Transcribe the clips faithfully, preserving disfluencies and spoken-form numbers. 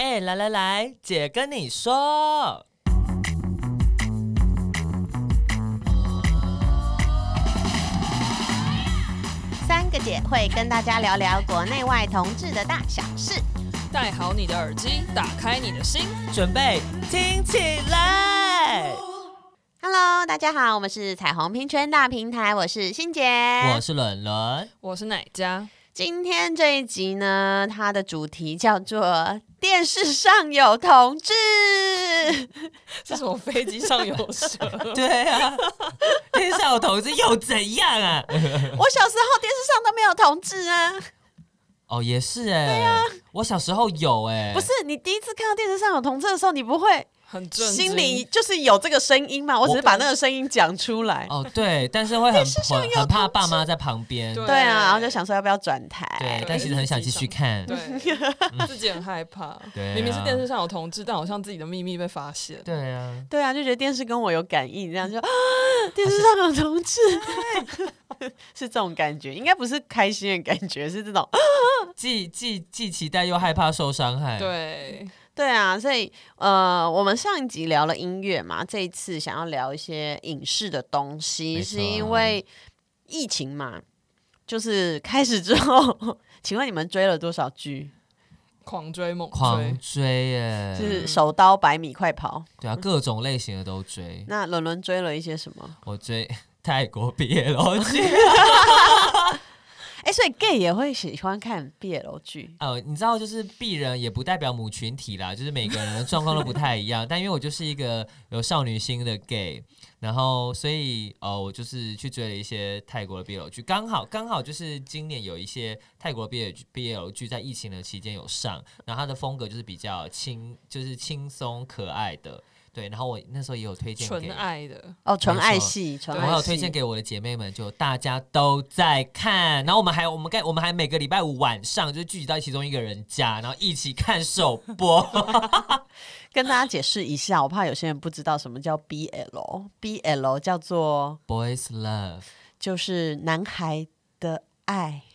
哎、欸，来来来，姐跟你说， 三个姐会跟大家聊聊国内外同志的大小事。 戴好你的耳机，打开你的心， 准备听起来。 Hello， 大家好，我们是彩虹平权大平台，我是欣姐， 我是伦伦， 我是奶家。 今天这一集呢，它的主题叫做电视上有同志。 是什么飞机上有蛇？ 对啊，电视上有同志又怎样啊？ 我小时候电视上都没有同志啊。 哦，也是哎、欸，对啊，我小时候有哎、欸， 不是你第一次看到电视上有同志的时候，你不会很震惊， 心里就是有这个声音嘛？我只是把那个声音讲出来。 哦，对，但是会很很很怕爸妈在旁边， 对啊，然后就想说要不要转台， 对，但其实很想继续看， 对，自己很害怕， 对啊， 明明是电视上有同志，但好像自己的秘密被发现， 对啊， 对啊，就觉得电视跟我有感应，这样就啊，电视上有同志，是这种感觉，应该不是开心的感觉，是这种既既既期待又害怕受伤害， 对。 对啊，所以呃，我们上一集聊了音乐嘛，这一次想要聊一些影视的东西，是因为疫情嘛，就是开始之后，请问你们追了多少剧？ 狂追猛追， 狂追耶， 就是手刀百米快跑， 对啊，各种类型的都追。 那伦伦追了一些什么？ 我追泰国 B L 剧。 哎、欸，所以 gay 也会喜欢看 B L 剧哦，你知道，就是鄙人也不代表母群体啦，就是每个人的状况都不太一样。但因为我就是一个有少女心的 gay， 然后所以呃，我就是去追了一些泰国的 B L 剧，刚好刚好就是今年有一些泰国的 B L 剧在疫情的期间有上，然后它的风格就是比较轻，就是轻松可爱的。对，然后我那时候也有推荐给纯爱的哦，纯爱系，纯爱系， 我有推荐给我的姐妹们，就大家都在看。然后我们还我们该我们还每个礼拜五晚上就聚集到其中一个人家，然后一起看首播。 跟大家解释一下，我怕有些人不知道什么叫 B L，B L 叫做 Boys Love， 就是男孩的爱，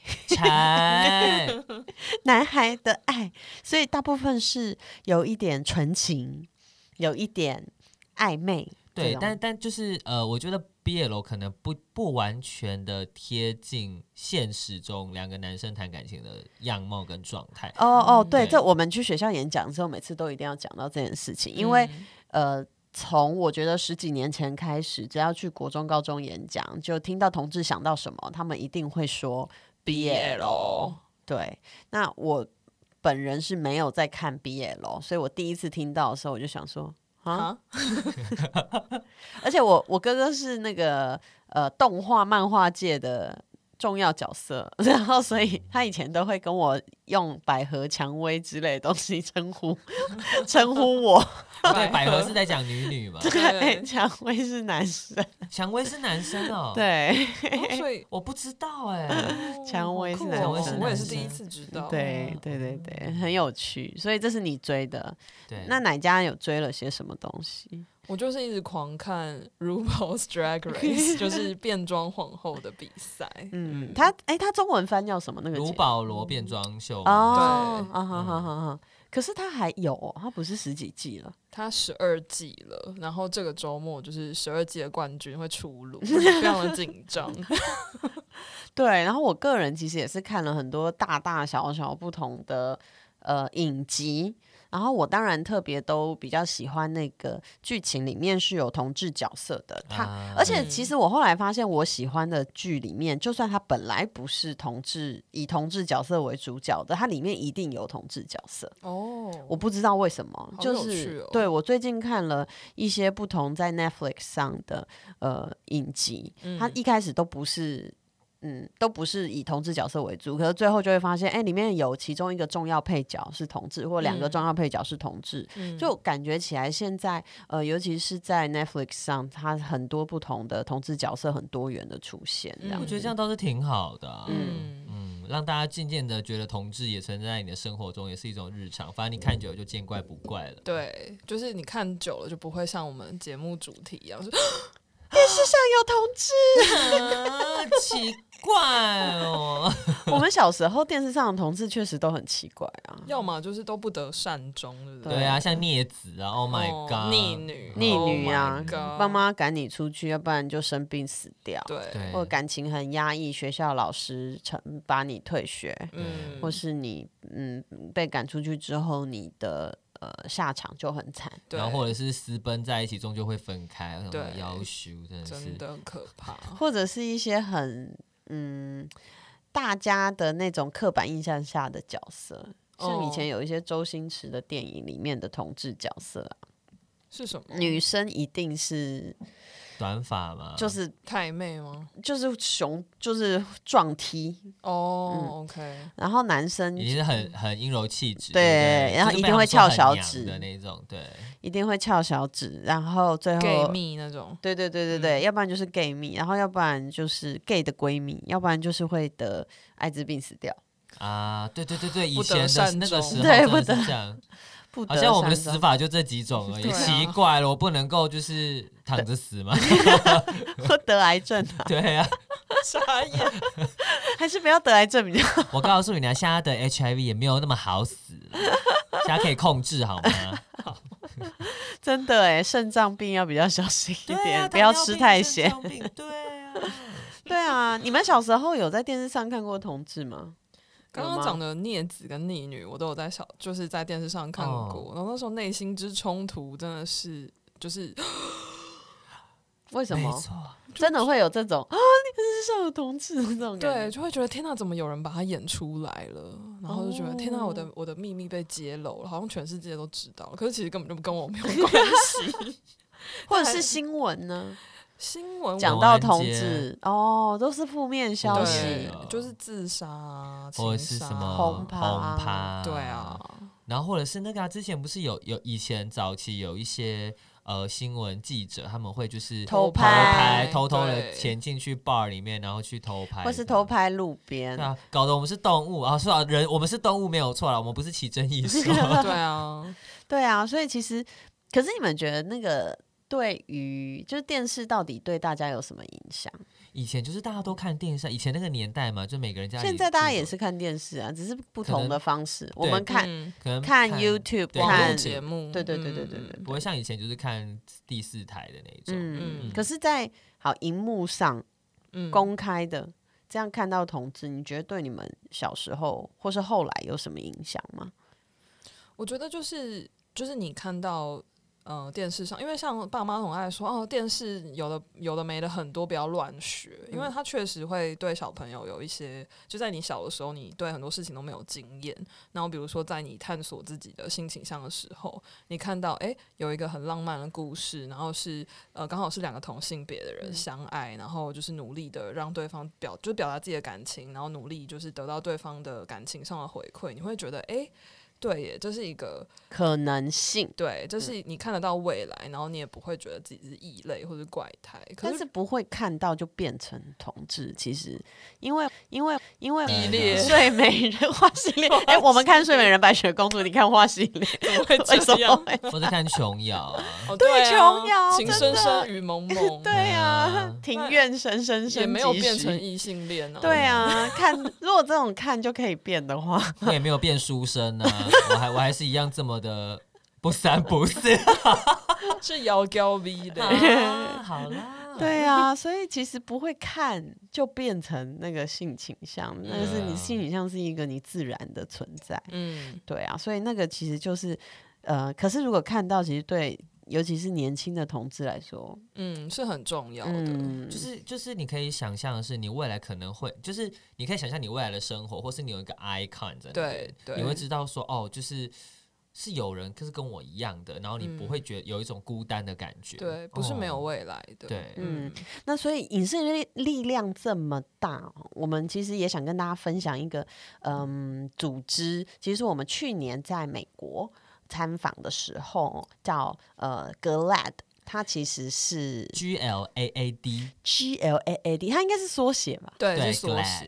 男孩的爱，所以大部分是有一点纯情。有一点暧昧， 对，但但就是呃，我觉得 B L 可能不不完全的贴近现实中两个男生谈感情的样貌跟状态。 哦哦，对， 对这我们去学校演讲的时候，每次都一定要讲到这件事情，因为、嗯、呃，从我觉得十几年前开始，只要去国中、高中演讲，就听到同志想到什么，他们一定会说 B L。对，那我本人是没有在看 B L， 所以我第一次听到的时候，我就想说啊，而且我我哥哥是那个呃动画漫画界的重要角色，然后所以他以前都会跟我用百合、蔷薇之类的东西称呼称呼我。 对，百合是在讲女女嘛， 对，蔷薇是男生， 蔷薇是男生哦。 对， 哦、所以我不知道哎、欸， 蔷薇是男生， 蔷薇是男生， 我也是第一次知道。 对对对对，很有趣。所以这是你追的， 对。 那哪家有追了些什么东西？ 我就是一直狂看 RuPaul's Drag Race， 就是变装皇后的比赛。 嗯，他哎，他中文翻叫什么？那个卢保罗变装秀。 哦，对，啊哈哈哈。可是他还有、哦，他不是十几季了， 他十二季了。然后这个周末就是十二季的冠军会出炉，非常的紧张。 对，然后我个人其实也是看了很多大大小小不同的呃影集。然后我当然特别都比较喜欢那个剧情里面是有同志角色的，他、啊、而且其实我后来发现我喜欢的剧里面，就算他本来不是同志以同志角色为主角的，它里面一定有同志角色哦。我不知道为什么， 好就是有趣哦。 对，我最近看了一些不同在 Netflix 上的呃影集，它一开始都不是。嗯，都不是以同志角色为主，可是最后就会发现，哎、欸，里面有其中一个重要配角是同志，或两个重要配角是同志，嗯、就感觉起来现在，呃，尤其是在 Netflix 上，它很多不同的同志角色很多元的出现，这样、 嗯、我觉得这样倒是挺好的、啊， 嗯嗯，让大家渐渐的觉得同志也存在你的生活中，也是一种日常，反正你看久了就见怪不怪了。 对，就是你看久了就不会像我们节目主题一样，说电视上有同志。 啊，奇怪哦。 我们小时候电视上的同志确实都很奇怪啊， 要么就是都不得善终，对不对？ 对啊，像镊子啊 ，Oh my 哦 god， 逆女， 逆女啊 Oh my god 爸妈赶你出去，要不然就生病死掉， 对， 对， 或者感情很压抑，学校老师惩把你退学， 嗯， 或是你嗯被赶出去之后，你的呃下场就很惨。 对然后或者是私奔在一起，终究会分开， 对要求真的是真的很可怕。 或者是一些很嗯大家的那种刻板印象下的角色，像以前有一些周星驰的电影里面的同志角色啊， 是什么？ 女生一定是短发嘛， 就是太妹吗？ 就是熊就是壮 T， 哦、o k 然后男生已经是很很阴柔气质， 对对不对， 然后就是一定会翘被他们说很娘小指的那种，对， 一定会翘小指，然后最后 gay 蜜那种， 对对对对对，要不然就是 gay 蜜，然后要不然就是 gay 的闺蜜，要不然就是会得艾滋病死掉。 啊，对对对对，以不得前的善终那个时候对真的不得是这样， 不得好像我们的善终死法就这几种而已， 对啊奇怪了，我不能够就是躺着死吗？ 或得癌症啊， 对啊， 傻眼。 还是不要得癌症比较好。 我告诉你呢，现在的 H I V 也没有那么好死了，现在可以控制好吗？ 真的哎，肾脏病要比较小心一点， 对啊不要吃太咸。 糖尿病肾脏病对啊， 对啊，你们小时候有在电视上看过同志吗？ 刚刚讲的镊子跟逆女，我都有在小，就是在电视上看过。 哦然后那时候内心之冲突真的是，就是为什么没错， 真的会有这种啊？电视上有同志这种感对， 觉？ 就会觉得天哪，怎么有人把它演出来了？然后就觉得、 哦天哪，我的我的秘密被揭露了，好像全世界都知道了。可是其实根本就跟我没有关系。 或者是新闻呢？ 新闻讲到同志哦，都是负面消息对哦， 就是自杀啊， 或者情杀是什么轰趴轰趴， 对啊， 然后或者是那个、啊、之前不是有有以前早期有一些呃新闻记者他们会就是偷拍拍偷偷的对潜进去 bar 里面，然后去偷拍， 或是偷。拍路边对，啊，搞得我们是动物啊！说啊，人我们是动物没有错啦，我们不是奇珍异兽。 对啊， 对啊，所以其实，可是你们觉得那个对于就是电视到底对大家有什么影响？ 以前就是大家都看电视，以前那个年代嘛，就每个人家里现在大家就有也是看电视啊，只是不可能同的方式。我们看嗯可能看 YouTube， 对网络看节目， 对对对对对嗯对不会像以前就是看第四台的那种。 嗯， 嗯可是，在好荧幕上嗯公开的这样看到同志，你觉得对你们小时候或是后来有什么影响吗？ 我觉得就是就是你看到呃电视上，因为像爸妈很爱说哦，电视有的有的没的很多，不要乱学，因为它确实会对小朋友有一些，就在你小的时候，你对很多事情都没有经验，然后比如说在你探索自己的性倾向的时候，你看到哎有一个很浪漫的故事，然后是呃刚好是两个同性别的人相爱，然后就是努力的让对方表就是表达自己的感情，然后努力就是得到对方的感情上的回馈，你会觉得哎。对耶，这是一个可能性， 对，就是你看得到未来，然后你也不会觉得自己是异类或者怪胎。可是但是不会看到就变成同志。其实，因为因为因为异类睡美人花系列，哎、我们看睡美人白雪公主，你看花系列， 怎么会为什么这样？ 会？ 或者看琼瑶啊， 哦， 对啊琼瑶情真的深深雨蒙蒙， 对啊啊， 庭院深深深也没有几许变成异性恋啊。 对啊，看如果这种看就可以变的话， 我也没有变书生啊，我还我还是一样这么的不三不四。 是摇高 V 的。 啊好啦， 对啊，所以其实不会看就变成那个性倾向，那是你性倾向是一个你自然的存在， 嗯， 对啊，所以那个其实就是呃，可是如果看到，其实对，尤其是年轻的同志来说， 嗯，是很重要的。 嗯， 就是就是你可以想象的是，你未来可能会，就是你可以想象你未来的生活，或是你有一个 icon 在那边对对你会知道说，哦，就是是有人就是跟我一样的，然后你不会觉得有一种孤单的感觉， 对，不是没有哦未来的。 对嗯， 那所以影视力力量这么大，我们其实也想跟大家分享一个嗯组织，其实是我们去年在美国参访的时候叫呃 G L A D， 它其实是 G L A A D G L A A D， 它应该是缩写吧？ 对， 对是缩 glad 写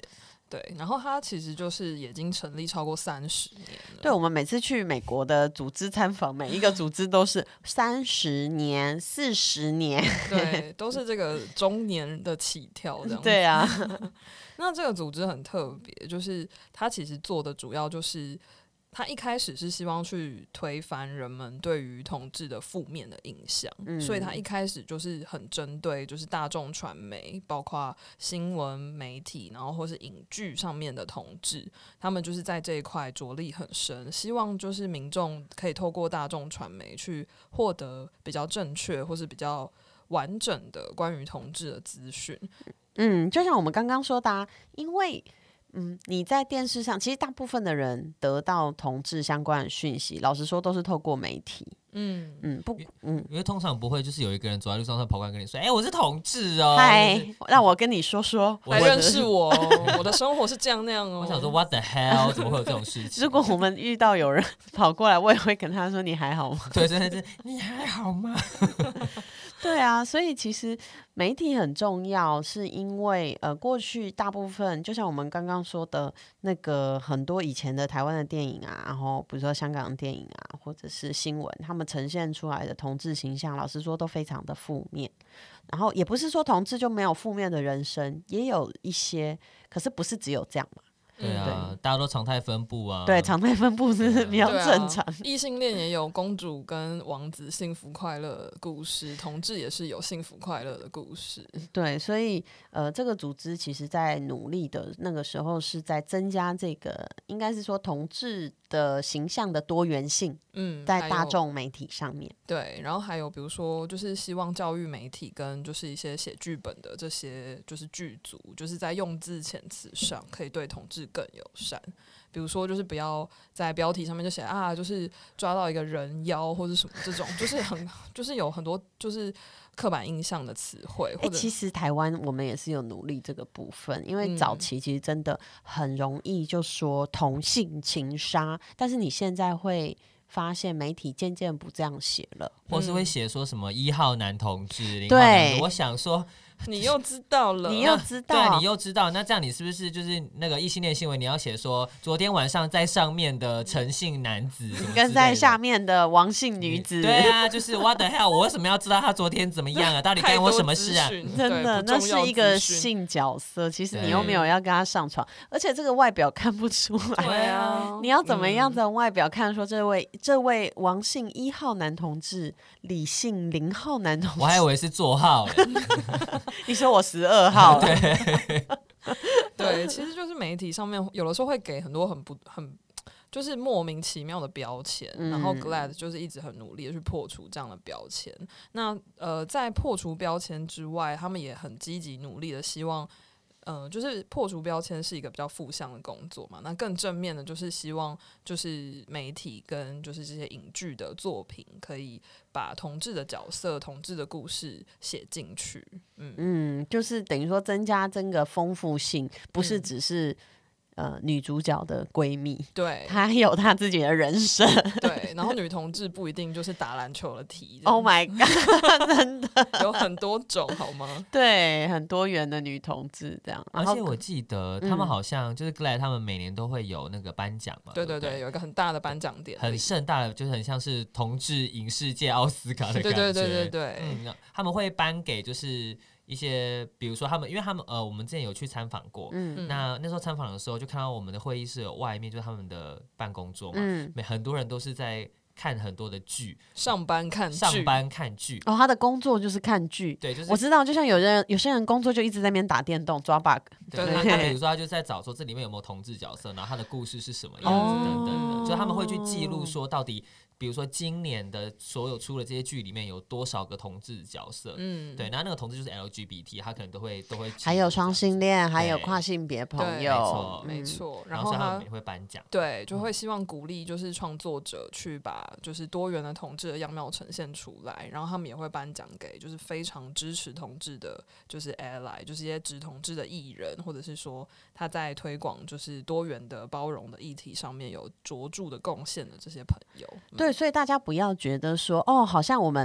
对，然后它其实就是已经成立超过三十年了。 对，我们每次去美国的组织参访，每一个组织都是三十年、四十年， 对，都是这个中年的起跳这样子。 对啊， 那这个组织很特别，就是它其实做的主要就是他一开始是希望去推翻人们对于同志的负面的印象， 嗯、 所以他一开始就是很针对就是大众传媒，包括新闻媒体，然后或是影剧上面的同志，他们就是在这一块着力很深，希望就是民众可以透过大众传媒去获得比较正确或是比较完整的关于同志的资讯。 嗯，就像我们刚刚说的、啊，因为嗯，你在电视上，其实大部分的人得到同志相关的讯息，老实说都是透过媒体。嗯嗯，不，嗯， 因为通常不会就是有一个人走在路上，跑过来跟你说：“哎、欸，我是同志哦。” 嗨， 就是、 让我跟你说说， 来认识我，我的生活是这样那样哦。 我想说 ，What the hell？ 怎么会有这种事情？ 如果我们遇到有人跑过来，我也会跟他说：“你还好吗？” 对，真的是你还好吗？ 对啊，所以其实媒体很重要，是因为呃，过去大部分就像我们刚刚说的那个很多以前的台湾的电影啊，然后比如说香港的电影啊，或者是新闻，他们呈现出来的同志形象，老实说都非常的负面。然后也不是说同志就没有负面的人生，也有一些，可是不是只有这样嘛。 对啊，对，大家都常态分布啊。 对，常态分布是比较正常。 异性恋也有公主跟王子幸福快乐的故事，同志也是有幸福快乐的故事。 对，所以呃，这个组织其实在努力的那个时候是在增加这个，应该是说同志的形象的多元性。嗯，在大众媒体上面。 对，然后还有比如说，就是希望教育媒体跟就是一些写剧本的这些就是剧组，就是在用字遣词上可以对同志更友善。比如说，就是不要在标题上面就写啊，就是抓到一个人妖或者什么这种，就是很就是有很多就是刻板印象的词汇。或者、 欸、其实台湾我们也是有努力这个部分，因为早期其实真的很容易就说同性情杀，但是你现在会发现媒体渐渐不这样写了， 或是会写说什么一号男同志、零、嗯、号男同志。我想说。 你又知道了， 你又知道， 对，你又知道，那这样你是不是就是那个异性恋新闻？你要写说昨天晚上在上面的陈姓男子跟在下面的王姓女子， 对啊，就是 what the hell， 我为什么要知道他昨天怎么样啊？到底干我什么事啊？ 真的，那是一个性角色，其实你又没有要跟他上床，而且这个外表看不出来， 对啊， 你要怎么样的外表看说这位、嗯、这位王姓一号男同志，李姓零号男同志， 我还以为是座号你说我十二号了， 对， 对，其实就是媒体上面有的时候会给很多很不很就是莫名其妙的标签，嗯、然后 G L A A D 就是一直很努力的去破除这样的标签。那呃，在破除标签之外，他们也很积极努力的希望。呃，就是破除标签是一个比较负向的工作嘛，那更正面的就是希望就是媒体跟就是这些影剧的作品可以把同志的角色、同志的故事写进去。嗯嗯，就是等于说增加这个丰富性，不是只是、嗯、呃女主角的闺蜜， 对， 她有她自己的人生， 对，然后女同志不一定就是打篮球的题 ，Oh my god， 真的有很多种好吗？ 对，很多元的女同志这样。 而且我记得他们好像就是 G L A A D 他们每年都会有那个颁奖嘛， 对对 对, 对，有一个很大的颁奖典礼， 很盛大的，就是很像是同志影视界奥斯卡的感觉， 对对对对对， 嗯，他们会颁给就是一些，比如说他们，因为他们呃，我们之前有去参访过，嗯，那那时候参访的时候就看到我们的会议室有外面就是他们的办公桌嘛，嗯，很多人都是在看很多的剧， 上班看剧， 上班看剧。 哦，他的工作就是看剧， 对，就是我知道，就像有人有些人工作就一直在那边打电动抓 bug， 对，对他比如说他就在找说这里面有没有同志角色，然后他的故事是什么样子等等的，就他们会去记录说到底。比如说今年的所有出的这些剧里面有多少个同志角色？嗯，对，那那个同志就是 L G B T， 他可能都会都会还有双性恋，还有跨性别朋友， 没错， 然后他们也会颁奖， 对，就会希望鼓励就是创作者去把就是多元的同志的样貌呈现出来，然后他们也会颁奖给就是非常支持同志的，就是 ally， 就是一些直同志的艺人，或者是说他在推广就是多元的包容的议题上面有卓著的贡献的这些朋友， 对。所以大家不要觉得说哦，好像我们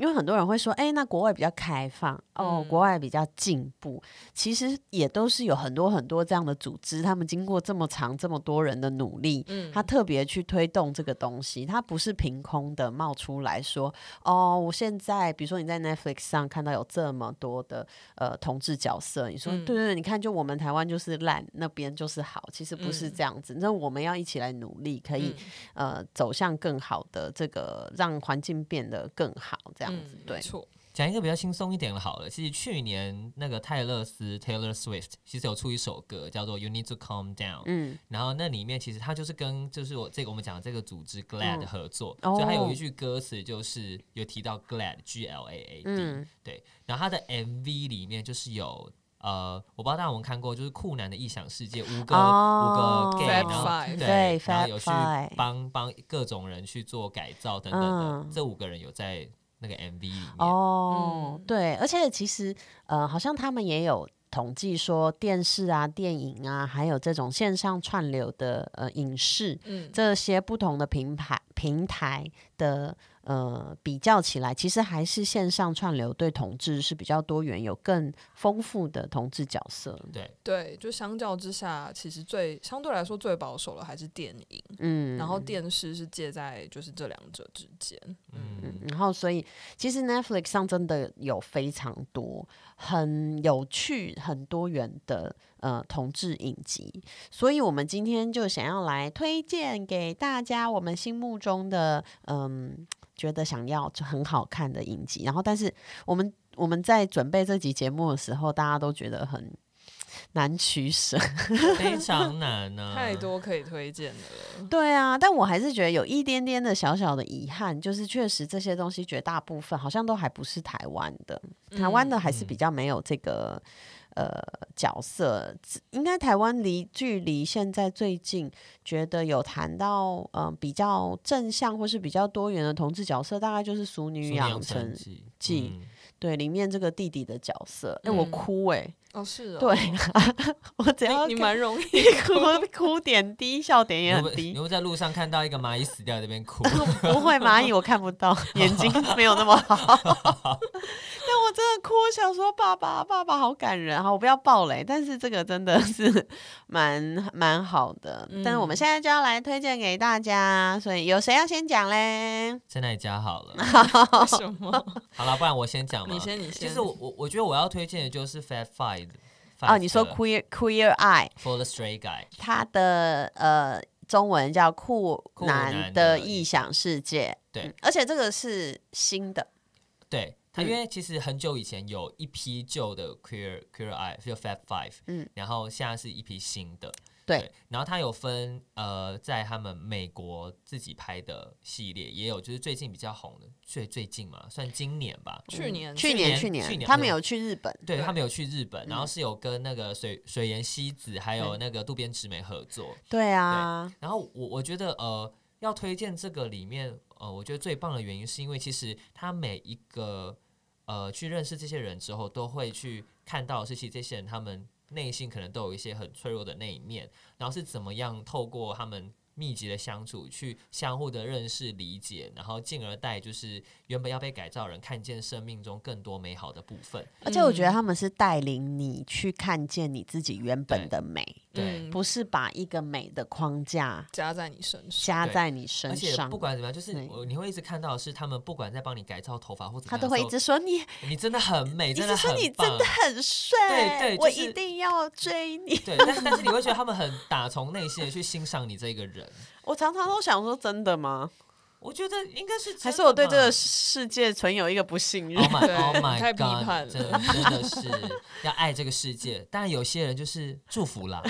因为很多人会说，哎、欸，那国外比较开放哦， 嗯、 国外比较进步，其实也都是有很多很多这样的组织，他们经过这么长这么多人的努力，嗯、他特别去推动这个东西，他不是凭空的冒出来说，哦，我现在比如说你在 Netflix 上看到有这么多的呃同志角色，你说、嗯、对对对，你看就我们台湾就是烂，那边就是好，其实不是这样子，嗯、那我们要一起来努力，可以、嗯、呃走向更好的这个，让环境变得更好，这样子，嗯、对。 讲一个比较轻松一点的好了，其实去年那个泰勒斯 Taylor Swift 其实有出一首歌叫做 You Need to Calm Down，嗯，然后那里面其实他就是跟就是我这个我们讲的这个组织 G L A D 合作，嗯、所以他有一句歌词就是有提到 G L A D G L A A D，嗯、对，然后他的 M V 里面就是有。呃，我不知道大家有没有看过，就是酷男的异想世界，五个、oh, 五个 gay， 然后对，然后有去帮帮各种人去做改造等等的，嗯、这五个人有在那个 M V 里面。 哦，嗯、对，而且其实呃，好像他们也有统计说，电视啊、电影啊，还有这种线上串流的呃影视，嗯、这些不同的平台平台的。呃，比较起来，其实还是线上串流对同志是比较多元，有更丰富的同志角色。 对对，就相较之下，其实最相对来说最保守的还是电影，嗯，然后电视是介在就是这两者之间，嗯， 嗯然后所以其实 Netflix 上真的有非常多很有趣、很多元的呃同志影集，所以我们今天就想要来推荐给大家我们心目中的嗯。觉得想要就很好看的影集，然后但是我们我们在准备这集节目的时候，大家都觉得很难取舍， 非常难啊， 太多可以推荐的了。 对啊，但我还是觉得有一点点的小小的遗憾，就是确实这些东西绝大部分好像都还不是台湾的，台湾的还是比较没有这个。呃，角色应该台湾离距离现在最近，觉得有谈到呃比较正向或是比较多元的同志角色，大概就是《俗女养成记》，嗯、对，里面这个弟弟的角色，哎、欸，嗯、我哭哎、欸。 哦，是哦， 对，我只要你蛮容易哭，哭点低，笑点也很低。 你会在路上看到一个蚂蚁死掉，这边哭？ 不会，蚂蚁我看不到，眼睛没有那么好。但我真的哭，想说爸爸，爸爸好感人。好，我不要爆雷，但是这个真的是蛮蛮好的。嗯、但是我们现在就要来推荐给大家，所以有谁要先讲嘞？ 现在加好了， 为什么？ 好了，不然我先讲嘛。 你先，你先。 其实我我我觉得我要推荐的就是 Fat Five。 哦，你说 Queer Queer Eye For the Straight Guy， 它的呃中文叫酷男的异想世界， 对、 嗯，而且这个是新的， 对。他因为其实很久以前有一批旧的 Queer Queer Eye 就 Fat Five， 嗯，然后现在是一批新的， 对， 对然后他有分呃，在他们美国自己拍的系列，也有就是最近比较红的，最最近嘛，算今年吧， 去年、 嗯、去年去年去年他们有去日本， 对, 对他们有去日本，然后是有跟那个水水原希子还有那个渡边直美合作， 对啊， 对然后我我觉得呃，要推荐这个里面呃，我觉得最棒的原因是因为其实他每一个呃去认识这些人之后，都会去看到是其实这些人他们内心可能都有一些很脆弱的那一面，然后是怎么样透过他们密集的相处，去相互的认识、理解，然后进而带就是原本要被改造的人看见生命中更多美好的部分。 而且我觉得他们是带领你去看见你自己原本的美， 对， 不是把一个美的框架加在你身上， 加在你身上。而且不管怎么样，就是你会一直看到的是他们不管在帮你改造头发或者他都会一直说你你真的很美，真的很棒， 你真的很帅， 对对、就是， 我一定要追你。 对，但是但是你会觉得他们很打从内心的去欣赏你这个人。 我常常都想说，真的吗？ 我觉得应该是真的吧， 还是我对这个世界存有一个不信任。 Oh my, oh my 太批判了， 真的真的是要爱这个世界。当然有些人就是祝福啦。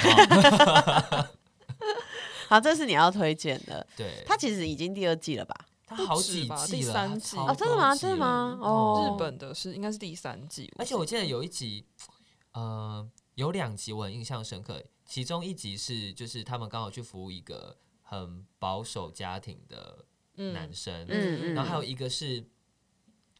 好，这是你要推荐的。 对， 它其实已经第二季了吧？ 它好几季了， 第三季哦，真的吗？真的吗？哦， 日本的是应该是第三季， 而且我记得有一集，呃，有两集我很印象深刻，其中一集是就是他们刚好去服务一个很保守家庭的男生，嗯嗯嗯、然后还有一个是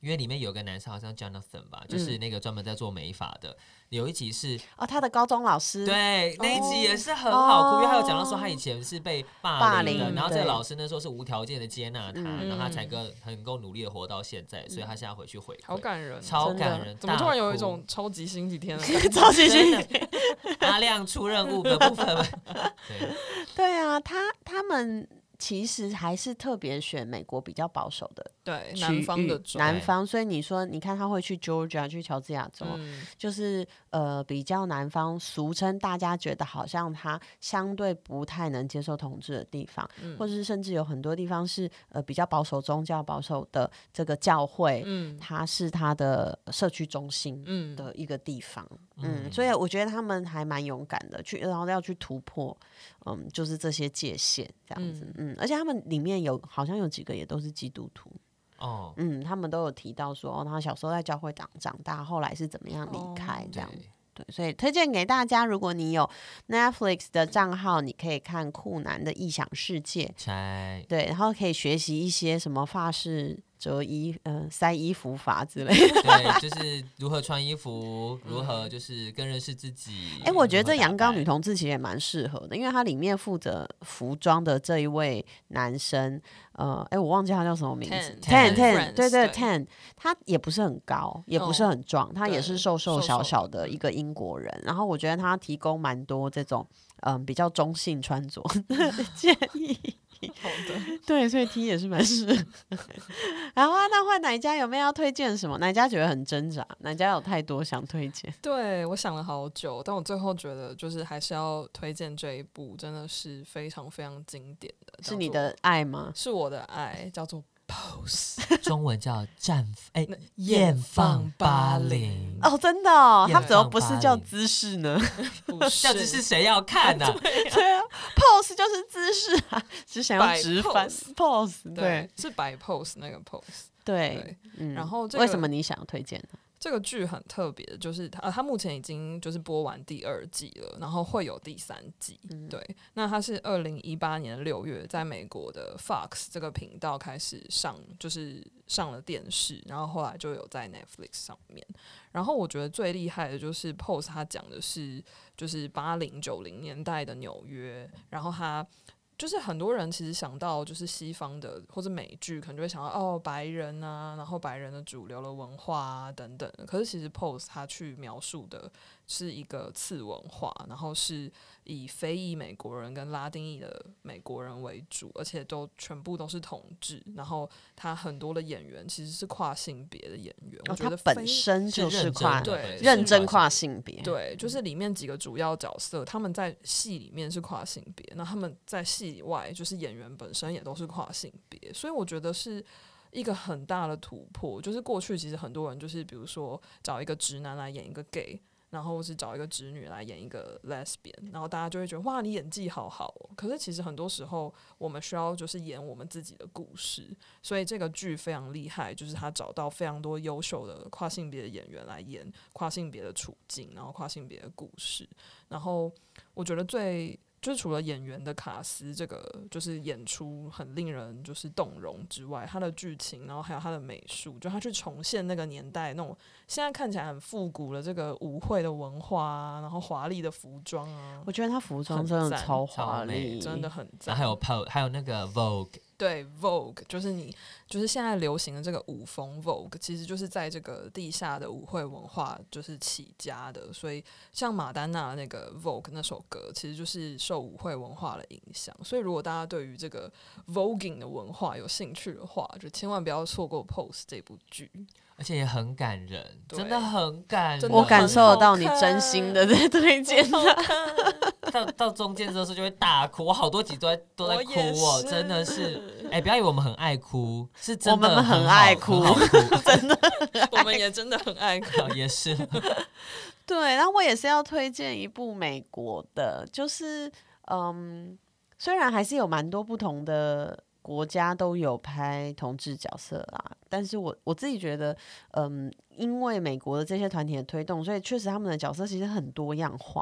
因为里面有个男生好像 Jonathan 吧，就是那个专门在做美发的。有一集是哦，他的高中老师， 对，那一集也是很好哭， 哦因为他有讲到说他以前是被霸霸凌的， 凌然后这个对老师那时候是无条件的接纳他， 嗯然后他才跟很够努力的活到现在，所以他现在回去回馈， 好感人， 超感人。 怎么突然有一大哭种超级星期天的感觉？ 超级真的阿亮出任务的部分，对对啊，他他们其实还是特别选美国比较保守的对， 区南方的域， 州， 南方，所以你说，你看他会去 Georgia 去乔治亚州， 嗯就是呃比较南方，俗称大家觉得好像他相对不太能接受统治的地方， 嗯或者是甚至有很多地方是呃比较保守宗教保守的这个教会， 嗯它是它的社区中心嗯的一个地方， 嗯嗯，所以我觉得他们还蛮勇敢的，去然后要去突破，嗯，就是这些界限这样子，嗯而且他们里面有好像有几个也都是基督徒。 哦， 嗯，他们都有提到说，哦，他小时候在教会长长大，后来是怎么样离开哦这样。 对， 对，所以推荐给大家，如果你有 Netflix 的账号，你可以看酷男的异想世界， 拆对，然后可以学习一些什么法式折衣、呃塞衣服法之类的。 对，就是如何穿衣服，如何就是更认识自己。 哎、我觉得这阳刚女同同志其实也蛮适合的，因为它里面负责服装的这一位男生，呃，哎，我忘记他叫什么名字 Ten ten ten， Friends， 对对对 ten，他也不是很高，也不是哦很壮，他也是对瘦瘦小瘦瘦的小的一个英国人。然后我觉得他提供蛮多这种嗯比较中性穿着的建议。 好的， 对，所以 T 也是蛮适合。然后啊，那换哪一家有没有要推荐什么？哪一家觉得很挣扎？哪一家有太多想推荐？ 对我想了好久，但我最后觉得就是还是要推荐这一部，真的是非常非常经典的，叫做是你的爱吗？ 是我的爱，叫做 Pose。 中文叫绽哎那艳放巴黎。 哦，真的哦， 艳他怎么放不是叫巴黎姿势呢？ 不这只是谁要看呢、 对啊，pose 就是姿势啊，只想要摆直翻 pose pose。 对对， 是摆 pose 那个 pose。 对对， 嗯然后这个为什么你想要推荐呢？ 这个剧很特别，就是它、呃，它目前已经就是播完第二季了，然后会有第三季。 嗯对，那它是二零一八年六月在美国的 Fox 这个频道开始上，就是上了电视，然后后来就有在 Netflix 上面。然后我觉得最厉害的就是 Pose， 它讲的是就是八零九零年代的纽约，然后它。就是很多人其实想到就是西方的或者美剧，可能就会想到哦白人啊，然后白人的主流的文化啊等等的。可是其实 Pose 他去描述的是一个次文化，然后是以非裔美国人跟拉丁裔的美国人为主，而且都全部都是同志。然后他很多的演员其实是跨性别的演员，我哦， 觉得他本身就是跨对认真跨性别， 对，就是里面几个主要角色，他们在戏里面是跨性别，那他们在戏以外，就是演员本身也都是跨性别，所以我觉得是一个很大的突破。就是过去其实很多人就是比如说找一个直男来演一个 gay，然后是找一个直女来演一个 lesbian， 然后大家就会觉得哇，你演技好好哦。可是其实很多时候我们需要就是演我们自己的故事，所以这个剧非常厉害，就是他找到非常多优秀的跨性别的演员来演跨性别的处境，然后跨性别的故事。然后我觉得最就是除了演员的卡司，这个就是演出很令人就是动容之外，他的剧情，然后还有他的美术，就他去重现那个年代那种现在看起来很复古的这个舞会的文化啊，然后华丽的服装啊， 我觉得他服装真的很赞超华超美丽， 真的很赞。 然后还有 Pose，还有那个 Vogue， 对 Vogue， 就是你就是现在流行的这个舞风 Vogue， 其实就是在这个地下的舞会文化就是起家的，所以像马丹娜那个 Vogue 那首歌，其实就是受舞会文化的影响。所以如果大家对于这个 Voguing 的文化有兴趣的话，就千万不要错过 Pose 这部剧。 而且也很感人， 对真的很感人。 真的我感受得到你很好看真心的在推荐他。 到到中间的时候就会大哭，我好多集都在都在哭我也哦， 是真的是，哎、不要以为我们很爱哭，是真的我们很好爱哭很好哭真的我们也真的很爱看。 也是， 对，然后我也是要推荐一部美国的，就是嗯，虽然还是有蛮多不同的国家都有拍同志角色啦，但是我我自己觉得，嗯，因为美国的这些团体的推动，所以确实他们的角色其实很多样化。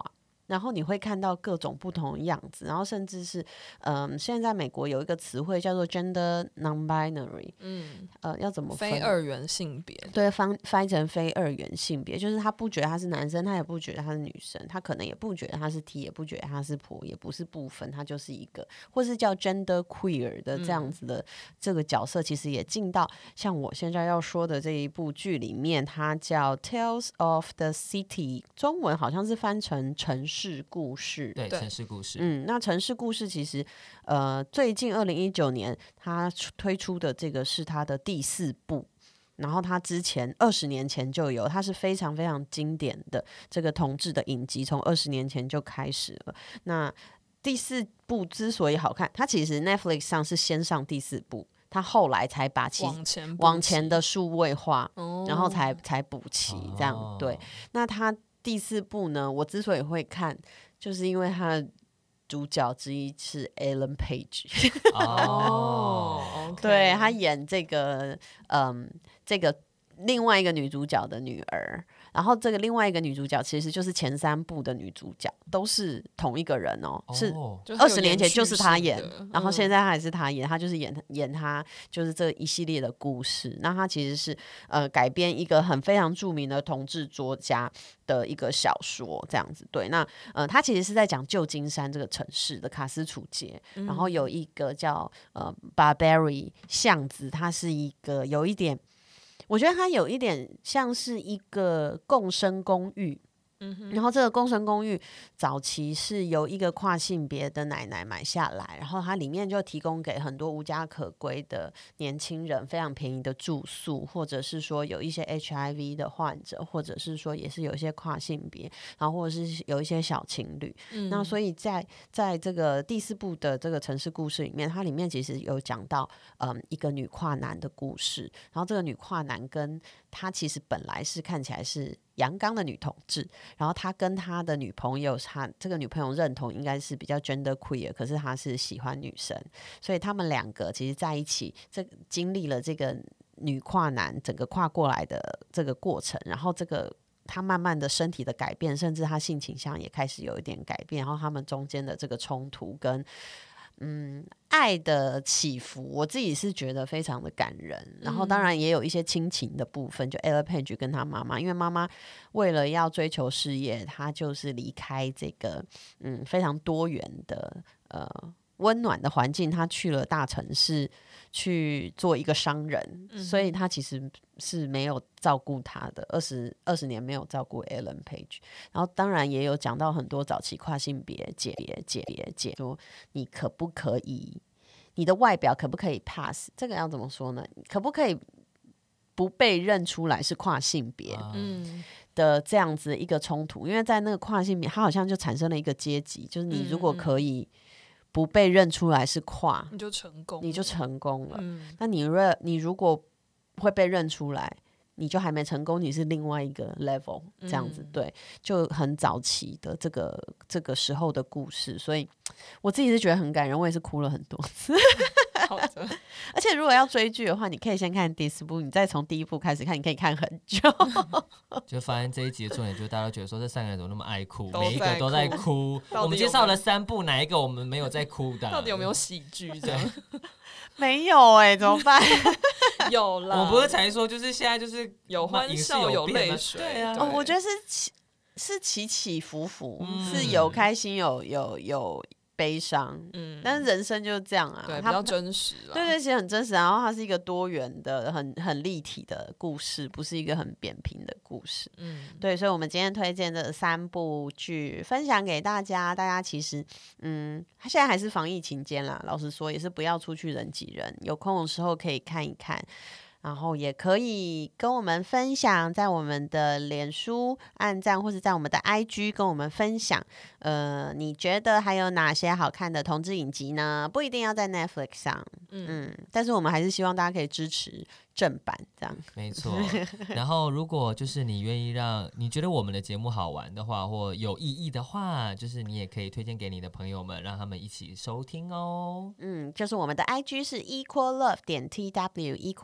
然后你会看到各种不同的样子，然后甚至是，嗯，现在美国有一个词汇叫做 gender non-binary，嗯，呃，要怎么分？ 非二元性别， 对，翻翻译成非二元性别，就是他不觉得他是男生，他也不觉得他是女生，他可能也不觉得他是 T， 也不觉得他是婆，也不是不分，他就是一个，或是叫 gender queer 的这样子的这个角色，其实也进到像我现在要说的这一部剧里面，它叫 Tales of the City， 中文好像是翻成城市故事， 对，城市故事， 嗯，那城市故事其实，呃，最近二零一九年他推出的这个是他的第四部。然后他之前二十年前就有，它是非常非常经典的这个同志的影集，从二十年前就开始了。那第四部之所以好看，它其实 Netflix 上是先上第四部，他后来才把其往前往前的数位化， 哦、 然后才才补齐这样。 哦、 对，那他第四部呢，我之所以会看，就是因为他的主角之一是 Ellen Page， 哦， okay、 对，他演这个，嗯，这个另外一个女主角的女儿。然后这个另外一个女主角其实就是前三部的女主角，都是同一个人哦， 哦是二十年前就是她演， 嗯、 然后现在还是她演，她就是演演她就是这一系列的故事。那她其实是呃改编一个很非常著名的同志作家的一个小说，这样子。对，那呃她其实是在讲旧金山这个城市的卡斯楚街，嗯、然后有一个叫呃 Barberry 巷子，它是一个有一点。我觉得它有一点像是一个共生公寓，嗯、然后这个共生公寓早期是由一个跨性别的奶奶买下来，然后它里面就提供给很多无家可归的年轻人非常便宜的住宿，或者是说有一些 H I V 的患者，或者是说也是有一些跨性别，然后或者是有一些小情侣。嗯、那所以在在这个第四部的这个城市故事里面，它里面其实有讲到嗯一个女跨男的故事，然后这个女跨男跟他其实本来是看起来是阳刚的女同志，然后他跟他的女朋友，他这个女朋友认同应该是比较 gender queer， 可是他是喜欢女生，所以他们两个其实在一起，这经历了这个女跨男整个跨过来的这个过程，然后这个他慢慢的身体的改变，甚至他性倾向也开始有一点改变，然后他们中间的这个冲突跟嗯，爱的起伏，我自己是觉得非常的感人。然后当然也有一些亲情的部分，就 Ellen Page 跟他妈妈，因为妈妈为了要追求事业，她就是离开这个嗯非常多元的呃温暖的环境，她去了大城市去做一个商人，嗯、所以她其实是没有照顾她的，二十二十年没有照顾 Ellen Page。然后当然也有讲到很多早期跨性别姐姐姐姐姐说你可不可以，你的外表可不可以 pass？ 这个要怎么说呢？可不可以不被认出来是跨性别？嗯。的这样子一个冲突，因为在那个跨性别，它好像就产生了一个阶级，就是你如果可以不被认出来是跨， 你就成功， 你就成功了。 嗯、 那你如你如果会被认出来，你就还没成功，你是另外一个 level 这样子。嗯、对，就很早期的这个这个时候的故事，所以我自己是觉得很感人，我也是哭了很多次。 好的， 而且如果要追剧的话，你可以先看第四部，你再从第一部开始看，你可以看很久。 就发现这一集的重点，就是大家都觉得说这三个人怎么那么爱哭，每一个都在哭。 有有我们介绍了三部，哪一个我们没有在哭的？ 到底有没有喜剧这样？ 没有哎、欸，怎么办？ 有啦， 我们不是才说，就是现在就是有欢笑有泪水， 对啊， 哦，我觉得是起是起起伏伏，嗯、是有开心有有有。悲伤，嗯，但是人生就是这样啊， 对，比较真实啦， 对对，其实很真实。然后它是一个多元的、很很立体的故事，不是一个很扁平的故事，嗯，对。所以，我们今天推荐的三部剧分享给大家。大家其实，嗯，现在还是防疫期间啦，老实说，也是不要出去人挤人，有空的时候可以看一看。然后也可以跟我们分享，在我们的脸书按赞，或是在我们的 I G 跟我们分享。呃，你觉得还有哪些好看的同志影集呢？不一定要在 Netflix 上，嗯，嗯但是我们还是希望大家可以支持正版，这样没错。然后，如果就是你愿意让你觉得我们的节目好玩的话，或有意义的话，就是你也可以推荐给你的朋友们，让他们一起收听哦。 嗯，就是我们的 I G 是 equal love 点 T W equal love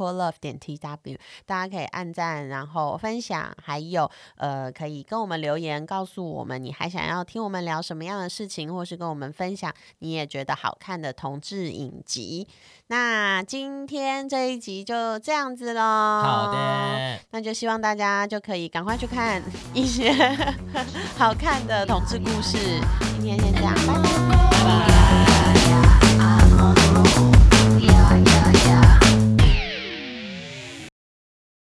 点 T W， 大家可以按赞，然后分享，还有呃可以跟我们留言，告诉我们你还想要听我们聊什么样的事情，或是跟我们分享你也觉得好看的同志影集。那今天这一集就这样子咯。 好的， 那就希望大家就可以赶快去看一些好看的同志故事。今天先这样。